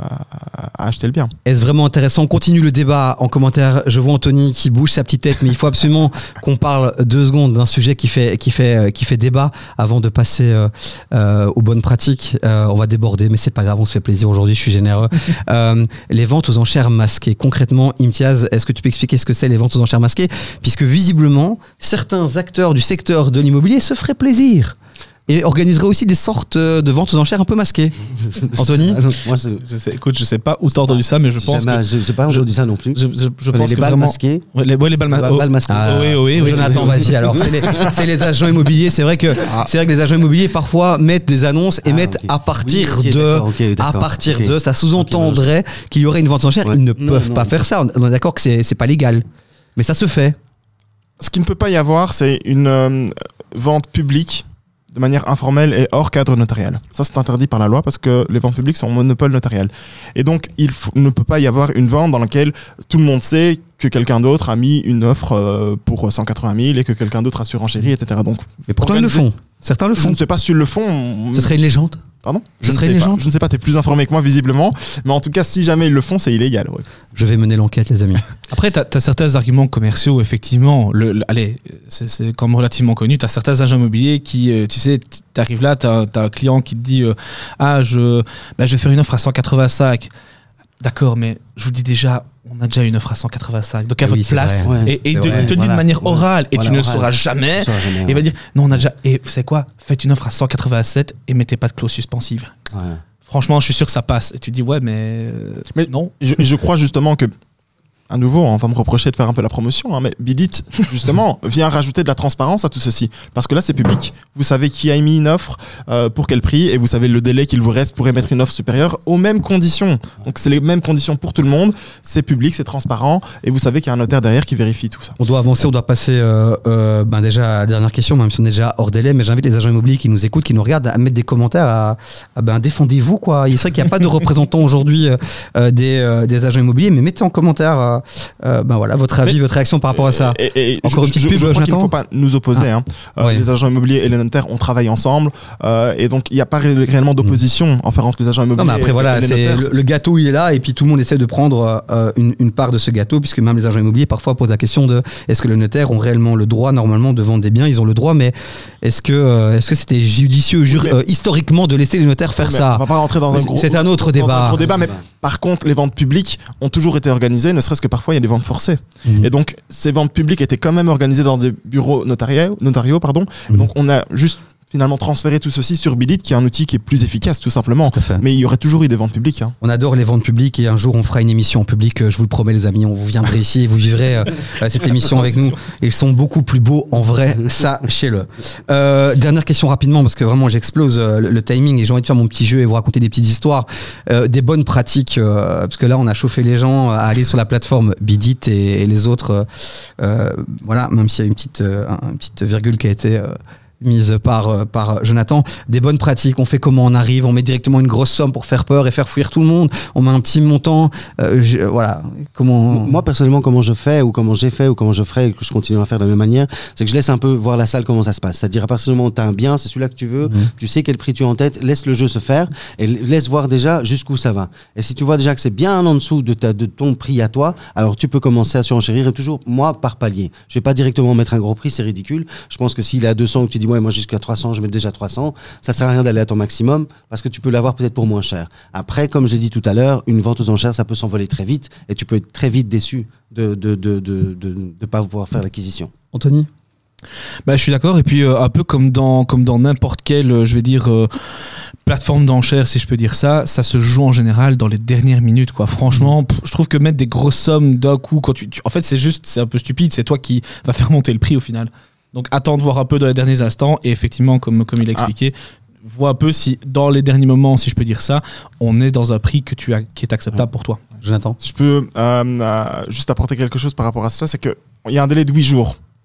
à acheter le bien. Est-ce vraiment intéressant? On continue le débat en commentaire. Je vois Anthony qui bouge sa petite tête, mais il faut absolument qu'on parle deux secondes d'un sujet qui fait, qui fait, qui fait débat avant de passer euh, euh, aux bonnes pratiques. Euh, on va déborder, mais c'est pas grave, on se fait plaisir aujourd'hui, je suis généreux. euh, les ventes aux enchères masquées. Concrètement, Imtiaz, est-ce que tu peux expliquer ce que c'est les ventes aux enchères masquées? Puisque visiblement, certains acteurs du secteur de l'immobilier se feraient plaisir et organiseraient aussi des sortes de ventes aux enchères un peu masquées. Anthony? Ah non, moi, c'est... Je sais, écoute, je sais pas où t'as entendu ça, mais je pense jamais, que... Je n'ai pas entendu ça non plus. Je, je, je pense les que balles vraiment... masquées. Ouais, les, ouais, les balles, ma... balles masquées. Ah, oui, oui, oui. Jonathan, vas-y alors. C'est les, c'est les agents immobiliers. C'est vrai que Ah. c'est vrai que les agents immobiliers parfois mettent des annonces et Ah, mettent okay. à partir Oui, okay, de, d'accord, okay, d'accord, à partir okay. de. Ça sous-entendrait Okay, qu'il y aurait une vente aux enchères. Ouais. Ils ne Non, peuvent non. pas faire ça. On est d'accord que c'est c'est pas légal, mais ça se fait. Ce qui ne peut pas y avoir, c'est une euh, vente publique de manière informelle et hors cadre notarial. Ça, c'est interdit par la loi parce que les ventes publiques sont en monopole notarial. Et donc, il faut, ne peut pas y avoir une vente dans laquelle tout le monde sait que quelqu'un d'autre a mis une offre euh, pour cent quatre-vingt mille et que quelqu'un d'autre a surenchéri, et cetera. Donc, Et pourtant, ils le font. Certains le Je font. ne sais pas s'ils le font. Ce serait une légende. Pardon Ce je ne serait sais une pas. légende. Je ne sais pas, t'es plus informé que moi visiblement. Mais en tout cas, si jamais ils le font, c'est illégal. Ouais. Je vais mener l'enquête, les amis. Après, tu as certains arguments commerciaux, effectivement. Le, le- allez, c'est, c'est comme relativement connu. Tu as certains agents immobiliers qui, euh, tu sais, tu arrives là, tu as un client qui te dit euh, Ah, je, bah, je vais faire une offre à cent quatre-vingt-cinq. D'accord, mais je vous dis déjà, on a déjà une offre à cent quatre-vingt-cinq. Donc à Oui, votre c'est place. vrai. Et, et C'est de, vrai. il te le dit Voilà. de manière orale. Et Voilà, tu ne le orale. sauras jamais. Ça, jamais, Et il ouais. va dire Non, on a déjà. Et vous savez quoi? Faites une offre à cent quatre-vingt-sept et mettez pas de clause suspensive. Ouais. Franchement, je suis sûr que ça passe. Et tu te dis Ouais, mais. euh, Mais non. Je, je crois justement que, à nouveau, on va me reprocher de faire un peu la promotion, hein, mais Bidit, justement, vient rajouter de la transparence à tout ceci. Parce que là, c'est public. Vous savez qui a émis une offre, euh, pour quel prix, et vous savez le délai qu'il vous reste pour émettre une offre supérieure aux mêmes conditions. Donc, c'est les mêmes conditions pour tout le monde. C'est public, c'est transparent, et vous savez qu'il y a un notaire derrière qui vérifie tout ça. On doit avancer, on doit passer euh, euh, ben déjà à la dernière question, même si on est déjà hors délai, mais j'invite les agents immobiliers qui nous écoutent, qui nous regardent, à mettre des commentaires, à, à ben défendez-vous quoi. Il serait qu'il n'y a pas de représentants aujourd'hui euh, des, euh, des agents immobiliers, mais mettez en commentaire euh, euh, ben voilà, votre avis, Mais- votre réaction par rapport à ça. Et, et Encore je, une petite je- pub, je crois qu'il ne Jonathan faut pas nous opposer. Ah. hein. Euh, Ouais. Les agents immobiliers et les notaires, on travaille ensemble, euh, et donc il n'y a pas ré- réellement d'opposition enfin, entre les agents immobiliers Non, mais après et, voilà, et les c'est notaires. le, le gâteau il est là et puis tout le monde essaie de prendre euh, une, une part de ce gâteau puisque même les agents immobiliers parfois posent la question de est-ce que les notaires ont réellement le droit normalement de vendre des biens? Ils ont le droit, mais est-ce que euh, est-ce que c'était judicieux jur- Oui, mais- euh, historiquement de laisser les notaires faire Mais ça? On va pas rentrer dans un Mais gros, c'est un autre dans débat. un gros débat, mais Débat. par contre, les ventes publiques ont toujours été organisées, ne serait-ce que parfois il y a des ventes forcées. Mhm. Et donc, ces ventes publiques étaient quand même organisées dans des bureaux notariaux, notariaux pardon. Mhm. Donc, on a juste finalement transféré tout ceci sur Bidit, qui est un outil qui est plus efficace, tout simplement. Tout à fait. Mais il y aurait toujours eu des ventes publiques. Hein. On adore les ventes publiques et un jour on fera une émission en public, euh, je vous le promets les amis, on vous viendrez ici et vous vivrez euh, euh, cette émission avec nous. Ils sont beaucoup plus beaux en vrai, sachez-le. Euh, dernière question rapidement parce que vraiment j'explose euh, le, le timing et j'ai envie de faire mon petit jeu et vous raconter des petites histoires, euh, des bonnes pratiques, euh, parce que là on a chauffé les gens à aller sur la plateforme Bidit et, et les autres, euh, euh, voilà, même s'il y a une petite, euh, un- une petite virgule qui a été... euh, mise par, euh, par Jonathan, des bonnes pratiques, on fait comment on arrive, on met directement une grosse somme pour faire peur et faire fuir tout le monde, on met un petit montant, euh, je- voilà, comment... Moi, personnellement, comment je fais, ou comment j'ai fait, ou comment je ferai, et que je continue à faire de la même manière, c'est que je laisse un peu voir la salle comment ça se passe. C'est-à-dire, à partir du moment où tu as un bien, c'est celui-là que tu veux, Mhm. tu sais quel prix tu as en tête, laisse le jeu se faire, et laisse voir déjà jusqu'où ça va. Et si tu vois déjà que c'est bien en dessous de, ta, de ton prix à toi, alors tu peux commencer à surenchérir, et toujours, moi, par palier. Je vais pas directement mettre un gros prix, c'est ridicule. Je pense que s'il est à deux cents, que tu dis, ouais, moi, jusqu'à trois cents, je mets déjà trois cents, ça sert à rien d'aller à ton maximum, parce que tu peux l'avoir peut-être pour moins cher. Après, comme je l'ai dit tout à l'heure, une vente aux enchères, ça peut s'envoler très vite, et tu peux être très vite déçu de de de de de, de pas pouvoir faire l'acquisition. Anthony? Bah, je suis d'accord. Et puis, euh, un peu comme dans, comme dans n'importe quelle, euh, je vais dire, euh, plateforme d'enchères, si je peux dire ça, ça se joue en général dans les dernières minutes, quoi. Franchement, pff, je trouve que mettre des grosses sommes d'un coup, quand tu, tu- en fait, c'est juste, c'est un peu stupide. C'est toi qui va faire monter le prix au final. Donc, attends de voir un peu dans les derniers instants. Et effectivement, comme, comme il a expliqué, vois un peu si, dans les derniers moments, si je peux dire ça, on est dans un prix que tu as, qui est acceptable pour toi. Jonathan? Si je peux euh, euh, juste apporter quelque chose par rapport à ça, c'est qu'il y a un délai de huit jours.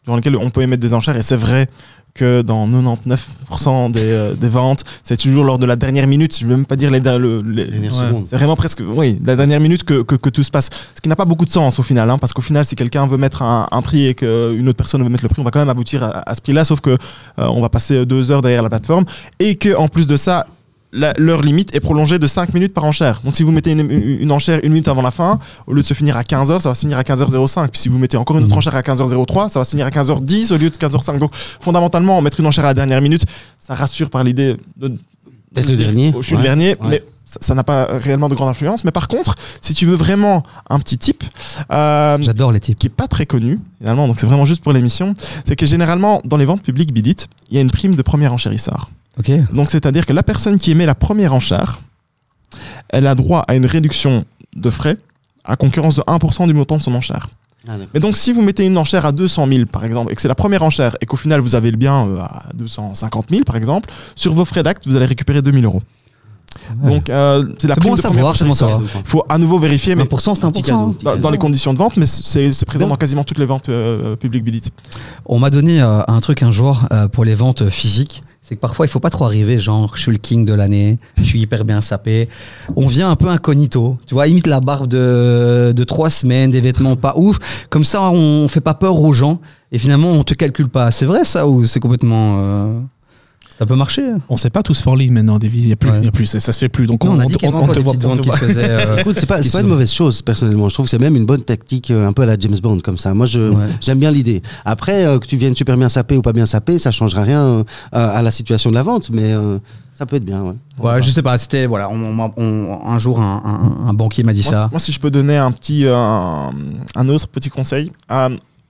durant lesquels on peut émettre des enchères, et c'est vrai que dans quatre-vingt-dix-neuf pour cent des, euh, des ventes, c'est toujours lors de la dernière minute, je ne veux même pas dire les, le, les, Dernière ouais. seconde. c'est vraiment presque, oui, la dernière minute que, que, que tout se passe. Ce qui n'a pas beaucoup de sens au final, hein, parce qu'au final, si quelqu'un veut mettre un, un prix et qu'une autre personne veut mettre le prix, on va quand même aboutir à, à ce prix-là, sauf que euh, on va passer deux heures derrière la plateforme, et que en plus de ça, la, l'heure limite est prolongée de cinq minutes par enchère. Donc si vous mettez une, une enchère une minute avant la fin, au lieu de se finir à quinze heures, ça va se finir à quinze heures zéro cinq. Puis si vous mettez encore une autre enchère à quinze heures zéro trois, ça va se finir à quinze heures dix au lieu de quinze heures cinq. Donc fondamentalement, mettre une enchère à la dernière minute, ça rassure par l'idée de D'être le dernier. Je suis le Ouais. dernier, Ouais. mais ça ça n'a pas réellement de grande influence. Mais par contre, si tu veux vraiment un petit tip, euh, J'adore les types. qui est pas très connu finalement, donc c'est vraiment juste pour l'émission, c'est que généralement dans les ventes publiques Bidit, il y a une prime de premier enchérisseur. Ok. Donc c'est-à-dire que la personne qui émet la première enchère, elle a droit à une réduction de frais à concurrence de un pour cent du montant de son enchère. Ah, d'accord. Mais donc si vous mettez une enchère à deux cent mille par exemple, et que c'est la première enchère, et qu'au final vous avez le bien euh, à deux cent cinquante mille par exemple, sur vos frais d'acte, vous allez récupérer deux mille euros. Ouais. Donc euh, c'est la C'est prime bon à de savoir, premier c'est bon à enchérisseur. savoir. Il faut à nouveau vérifier, mais vingt pour cent, c'est Petit cadeau, important. petit dans, cadeau. dans les conditions de vente, mais c'est, c'est présent dans quasiment toutes les ventes euh, publiques Bidit. On m'a donné euh, un truc un jour euh, pour les ventes physiques. C'est que parfois, il faut pas trop arriver, genre, je suis le king de l'année, je suis hyper bien sapé. On vient un peu incognito. Tu vois, imite la barbe de, de trois semaines, des vêtements pas ouf. Comme ça, on fait pas peur aux gens. Et finalement, on te calcule pas. C'est vrai, ça, ou c'est complètement. euh, Ça peut marcher. On sait pas tous for lead maintenant, Davy. Il y a plus, Ouais. il y a plus, ça, ça se fait plus. Donc Non, on, on a on dit te- qu'il y avait on encore te des voit, petites on te ventes qui voit. se faisaient. euh, Écoute, c'est pas, c'est qui pas se- une mauvaise chose, personnellement. Je trouve que c'est même une bonne tactique, euh, un peu à la James Bond, comme ça. Moi, je, Ouais. j'aime bien l'idée. Après, euh, que tu viennes super bien sapé ou pas bien sapé, ça changera rien euh, à la situation de la vente, mais euh, ça peut être bien, ouais. Voilà, je sais pas, c'était. Voilà, on, on- on- un jour, un, un- un banquier m'a dit Moi, ça. si- moi, si je peux donner un petit, euh, un, un autre petit conseil, euh,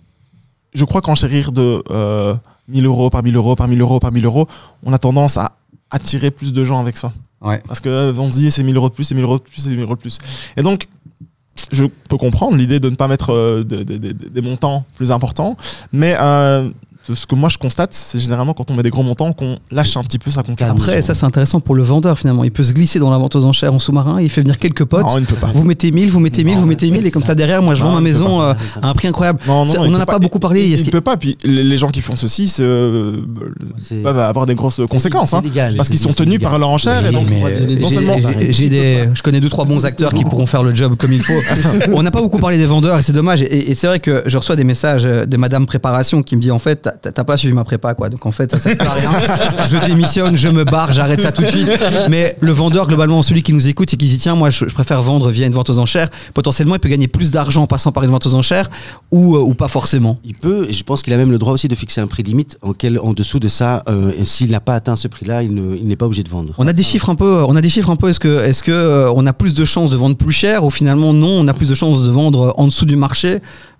je crois qu'enchérir de euh, mille euros par mille euros par mille euros par mille euros, on a tendance à attirer plus de gens avec ça. Ouais. Parce que euh, on se dit c'est mille euros de plus, c'est mille euros de plus, c'est mille euros de plus. Et donc, je peux comprendre l'idée de ne pas mettre euh, de- de- de- des montants plus importants, mais euh, ce que moi je constate, c'est généralement quand on met des gros montants qu'on lâche un petit peu sa concurrence. Après, ça, c'est intéressant pour le vendeur, finalement. Il peut se glisser dans la vente aux enchères en sous-marin, il fait venir quelques potes. Non, il ne peut pas. Vous mettez mille, vous mettez mille, Non, vous mettez mille, et comme ça derrière, moi je Non, vends ma il peut maison pas. euh, C'est ça. à un prix incroyable. Non, non, Ça, non, on il n'en peut a pas beaucoup parlé. Il, Est-ce il qu'il- peut pas. Puis les les gens qui font ceci c'est, euh, C'est- peuvent avoir des grosses conséquences. c'est hein, légal, parce qu'ils c'est- sont c'est tenus légal. par leur enchère. Oui, et donc, mais, on va donner des j'ai- conseils, j'ai- pareil. j'ai des, je connais deux trois bons acteurs qui pourront faire le job comme il faut. On n'a pas beaucoup parlé des vendeurs et c'est dommage. Et, et c'est vrai que je reçois des messages de Madame Préparation qui me dit en fait t'as t'as pas suivi ma prépa quoi. Donc en fait ça sert à rien. Je démissionne, je me barre, j'arrête ça tout de suite. Mais le vendeur globalement celui qui nous écoute c'est qu'il dit tiens moi je, je préfère vendre via une vente aux enchères. Potentiellement il peut gagner plus d'argent en passant par une vente aux enchères ou euh, ou pas forcément. Il peut, et je pense qu'il a même le droit aussi de fixer un prix limite en, quel, en dessous de ça. Euh, et s'il n'a pas atteint ce prix-là, il, ne- il n'est pas obligé de vendre. On a des chiffres un peu. On a des chiffres un peu. Est-ce que, est-ce que euh, on a plus de chances de vendre plus cher ou finalement non, on a plus de chances de vendre en dessous du marché.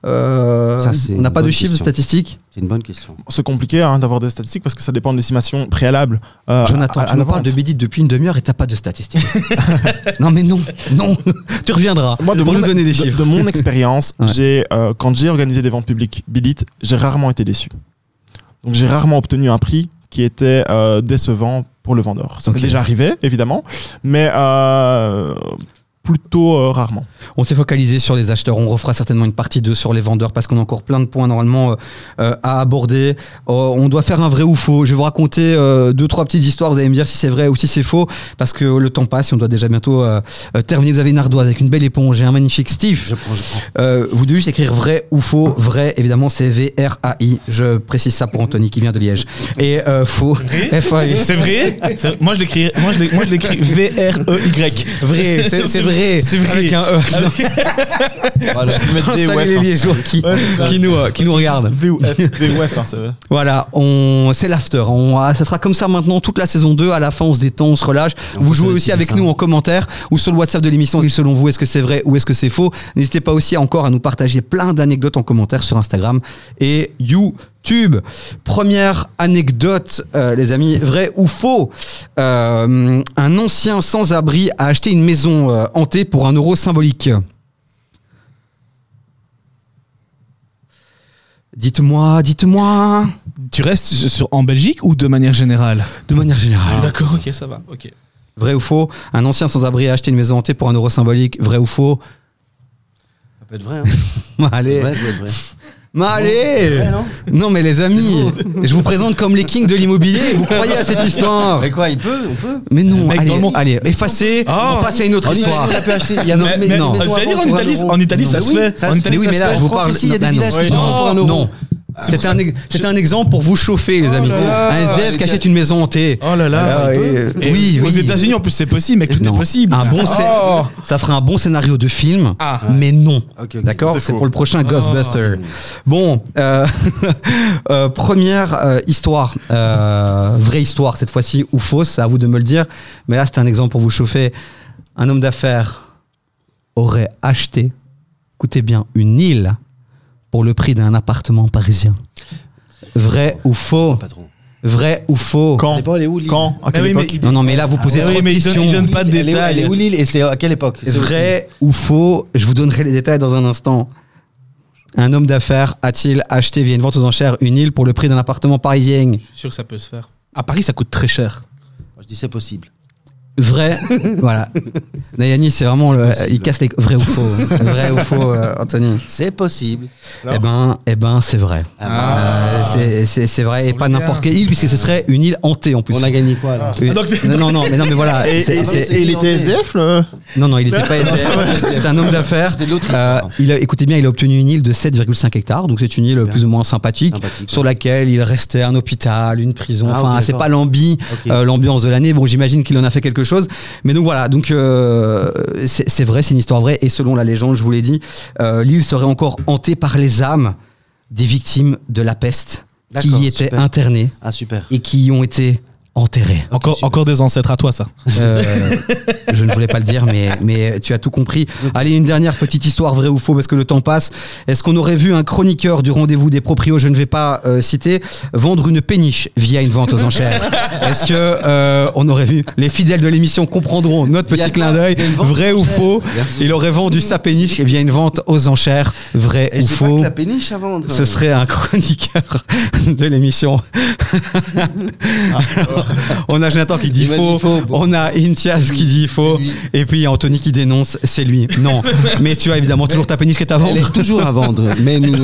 Euh, Ça, c'est on n'a une pas de bonne chiffres, de question. statistiques. C'est une bonne question. c'est compliqué hein, d'avoir des statistiques parce que ça dépend de l'estimation préalable. euh, Jonathan, à- à tu la nous parles vente. de Bidit depuis une demi-heure et t'as pas de statistiques. non mais non, non. Tu reviendras Moi, de pour mon, nous donner des de- chiffres. de mon expérience, Ouais. j'ai, euh, quand j'ai organisé des ventes publiques Bidit, j'ai rarement été déçu. Donc j'ai rarement obtenu un prix qui était euh, décevant pour le vendeur. Ça Ok. m'est déjà arrivé, évidemment, mais euh, plutôt euh, rarement. On s'est focalisé sur les acheteurs. On refera certainement une partie deux sur les vendeurs parce qu'on a encore plein de points normalement euh, euh, à aborder. Euh, on doit faire un vrai ou faux. Je vais vous raconter euh, deux, trois petites histoires. Vous allez me dire si c'est vrai ou si c'est faux parce que le temps passe et on doit déjà bientôt euh, euh, terminer. Vous avez une ardoise avec une belle éponge et un magnifique Steve. Je prends, je prends. Euh, vous devez juste écrire vrai ou faux. Vrai, évidemment, c'est V R A I. Je précise ça pour Anthony qui vient de Liège. Et euh, faux, F A I. C'est vrai, C'est- Moi je l'écris, moi je l'ai- moi je l'écris V R E Y. Vrai, c'est c'est vrai. C'est vrai. Avec un E. Voilà, je peux mettre des Salut wef, les hein. Liégeois qui, Ouais, c'est ça. qui, nous, euh, qui nous regardent. V ou F, V ou F, hein, c'est vrai. Voilà, on, c'est l'after. On, ah, ça sera comme ça maintenant toute la saison deux. À la fin, on se détend, on se relâche. On Vous peut jouez faire aussi des avec dessins. nous en commentaire ou sur le WhatsApp de l'émission. Selon vous, est-ce que c'est vrai ou est-ce que c'est faux? N'hésitez pas aussi encore à nous partager plein d'anecdotes en commentaire sur Instagram et YouTube. Première anecdote, euh, les amis, vrai ou faux? Euh, un ancien sans-abri a acheté une maison euh, hantée pour un euro symbolique. Dites-moi, dites-moi. Tu restes sur, en Belgique ou de manière générale? De manière générale. D'accord, ok, ça va. Ok. Vrai ou faux? Un ancien sans-abri a acheté une maison hantée pour un euro symbolique. Vrai ou faux? Ça peut être vrai. Hein. Allez. Vrai, ça peut être vrai. Mais allez Ouais, non Non mais les amis, je vous présente comme les kings de l'immobilier, vous croyez à cette histoire? Mais quoi, il peut, on peut. Mais non, Mec, allez, dans le monde- allez, effacez, Oh. on passe à une autre En Italie, histoire. on a pu acheter. Il y a Non, mais, mais non. des maisons à J'allais dire, vendre en pour un Italie, euro. en Italie, ça Oui, se fait. ça En se Italie, Mais oui, ça mais se là, fait. je vous En France parle. aussi, il y a des Ah, villages non. qui se vendent pour un Non, euro. non. C'est un, ex- c'est un exemple pour vous chauffer, les Oh amis. là là. Un S D F qui achète une maison hantée. Oh là là. Ah, et- Et oui, aux oui. États-Unis, en plus, c'est possible, mec, tout Non. est possible. Un bon scé- Oh. Ça ferait un bon scénario de film, Ah. mais non. Ok, ok. D'accord, C'est c'est faux. pour le prochain Ghostbuster. Bon, euh, euh, première euh, histoire, euh, vraie histoire cette fois-ci ou fausse, c'est à vous de me le dire. Mais là, c'est un exemple pour vous chauffer. Un homme d'affaires aurait acheté, écoutez bien, une île pour le prix d'un appartement parisien. Vrai ou faux? Patron. Vrai ou faux? Ça Quand dépend, elle est où l'île Quand À Mais quelle oui, mais époque il- Non, non, mais là, vous posez Ah trop oui, de mais il donne- questions. il donne pas de Elle est où- Elle est détails. où l'île et c'est à quelle époque? C'est aussi- Vrai ou faux? Je vous donnerai les détails dans un instant. Un homme d'affaires a-t-il acheté via une vente aux enchères une île pour le prix d'un appartement parisien? Je suis sûr que ça peut se faire. À Paris, ça coûte très cher. Je dis c'est possible. Vrai, voilà. Nayani, c'est vraiment le, possible. il casse les vrai ou faux, vrai ou faux, euh, Anthony. C'est possible. Non. Eh ben, eh ben, c'est vrai. Ah, Euh, c'est- c'est c'est vrai et Sans pas le n'importe gars. quelle île puisque ce serait une île hantée en plus. On a gagné quoi là? Oui. Ah, donc- non, non, non, mais non, mais voilà. Et, c'est- et- c'est- et il était S D F le... Non, non, il n'était pas S D F. C'est un homme d'affaires. C'était l'autre Euh, histoire. il a, écoutez bien, il a obtenu une île de sept virgule cinq hectares, donc c'est une île Bien. plus ou moins sympathique, Sympathique, sur ouais. laquelle il restait un hôpital, une prison. Ah, Enfin, ok, c'est d'accord. pas l'ambi, Ok. euh, l'ambiance de l'année. Bon, j'imagine qu'il en a fait quelque chose. Mais donc voilà, donc euh, c'est c'est vrai, c'est une histoire vraie. Et selon la légende, je vous l'ai dit, euh, l'île serait encore hantée par les âmes des victimes de la peste qui D'accord, y étaient super. internées Ah super. et qui y ont été enterrées. Encore, super. encore des ancêtres à toi, ça. Euh, je ne voulais pas le dire, mais, mais tu as tout compris. Allez, une dernière petite histoire, vrai ou faux, parce que le temps passe. Est-ce qu'on aurait vu un chroniqueur du rendez-vous des proprios, je ne vais pas euh, citer, vendre une péniche via une vente aux enchères? Est-ce que euh, on aurait vu, les fidèles de l'émission comprendront notre Via petit quoi? clin d'œil, Via une vente vrai aux ou enchères. faux? Bien sûr. Il aurait vendu sa péniche via une vente aux enchères, vrai Et ou j'ai pas faux? que la péniche à vendre. Ce serait un chroniqueur de l'émission. Alors, on a Jonathan qui dit Il m'a dit faux, faux, bon. on a Imtiaz qui dit faux, C'est lui. et puis il y a Anthony qui dénonce, c'est lui. Non, mais tu as évidemment toujours ta péniche qui est à Elle vendre. est toujours à vendre, mais nous.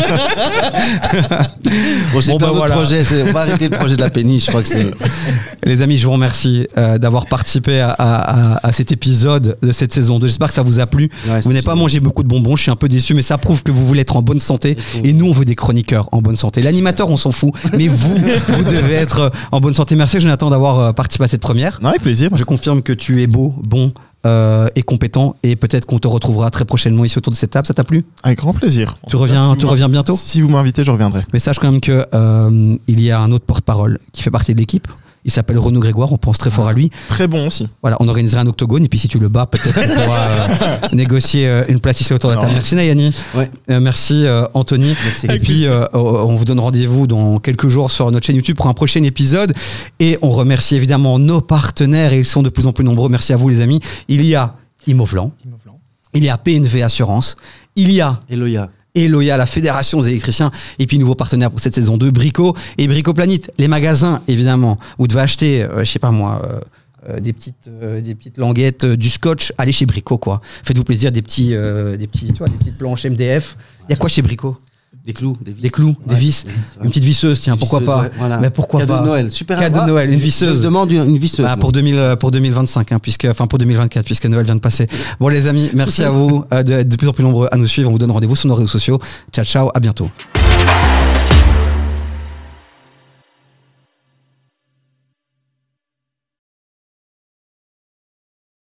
bon, j'ai Bon, plein bah, d'autres voilà. projets. c'est- On va arrêter le projet de la péniche. Je crois que c'est. Les amis, je vous remercie euh, d'avoir participé à, à- à- à cet épisode de cette saison deux. J'espère que ça vous a plu. Ouais, vous c'était n'avez pas génial. mangé beaucoup de bonbons, je suis un peu déçu, mais ça prouve que vous voulez être en bonne santé. Et nous, on veut des chroniqueurs en bonne santé. L'animateur, on s'en fout, mais vous, vous devez être en bonne santé. Merci Jonathan d'avoir euh, participé à cette première. Non, avec plaisir. Je confirme que tu es beau, bon euh, et compétent, et peut-être qu'on te retrouvera très prochainement ici autour de cette table. Ça t'a plu? Avec grand plaisir. Tu En tout reviens, cas, si tu vous reviens bientôt? Si vous m'invitez, je reviendrai. Mais sache quand même que euh, il y a un autre porte-parole qui fait partie de l'équipe. Il s'appelle Renaud Grégoire, on pense très fort à lui. Très bon aussi. Voilà, on organiserait un octogone et puis si tu le bats, peut-être qu'on pourra euh, négocier euh, une place ici autour de la table. Alors. Merci Nayani. Ouais. Euh, merci euh, Anthony. Merci. Et puis euh, on vous donne rendez-vous dans quelques jours sur notre chaîne YouTube pour un prochain épisode. Et on remercie évidemment nos partenaires et ils sont de plus en plus nombreux. Merci à vous les amis. Il y a Imovlan, il y a P N V Assurance, il y a Eloya. Eloya, la fédération des électriciens, et puis nouveau partenaire pour cette saison deux, Brico et Bricoplanète, les magasins évidemment. Vous devez acheter, euh, je sais pas moi, euh, euh, des petites, euh, des petites languettes, euh, du scotch. Allez chez Brico quoi. Faites-vous plaisir, des petits, euh, des petits, tu vois, des petites planches M D F. Il y a quoi chez Brico? Des clous, des vis. Des clous, des Ouais, vis, ouais. une petite visseuse, tiens, pourquoi Visseuse, pas? ouais, voilà. Mais pourquoi Cadeau pas? de Noël, super. Cadeau de Ah, Noël, une visseuse. Je demande une, une visseuse. Bah, moi. pour deux mille, euh, pour deux mille vingt-cinq, hein, puisque, enfin pour deux mille vingt-quatre, puisque Noël vient de passer. Bon les amis, merci à vous euh, d'être de plus en plus nombreux à nous suivre. On vous donne rendez-vous sur nos réseaux sociaux. Ciao ciao, à bientôt.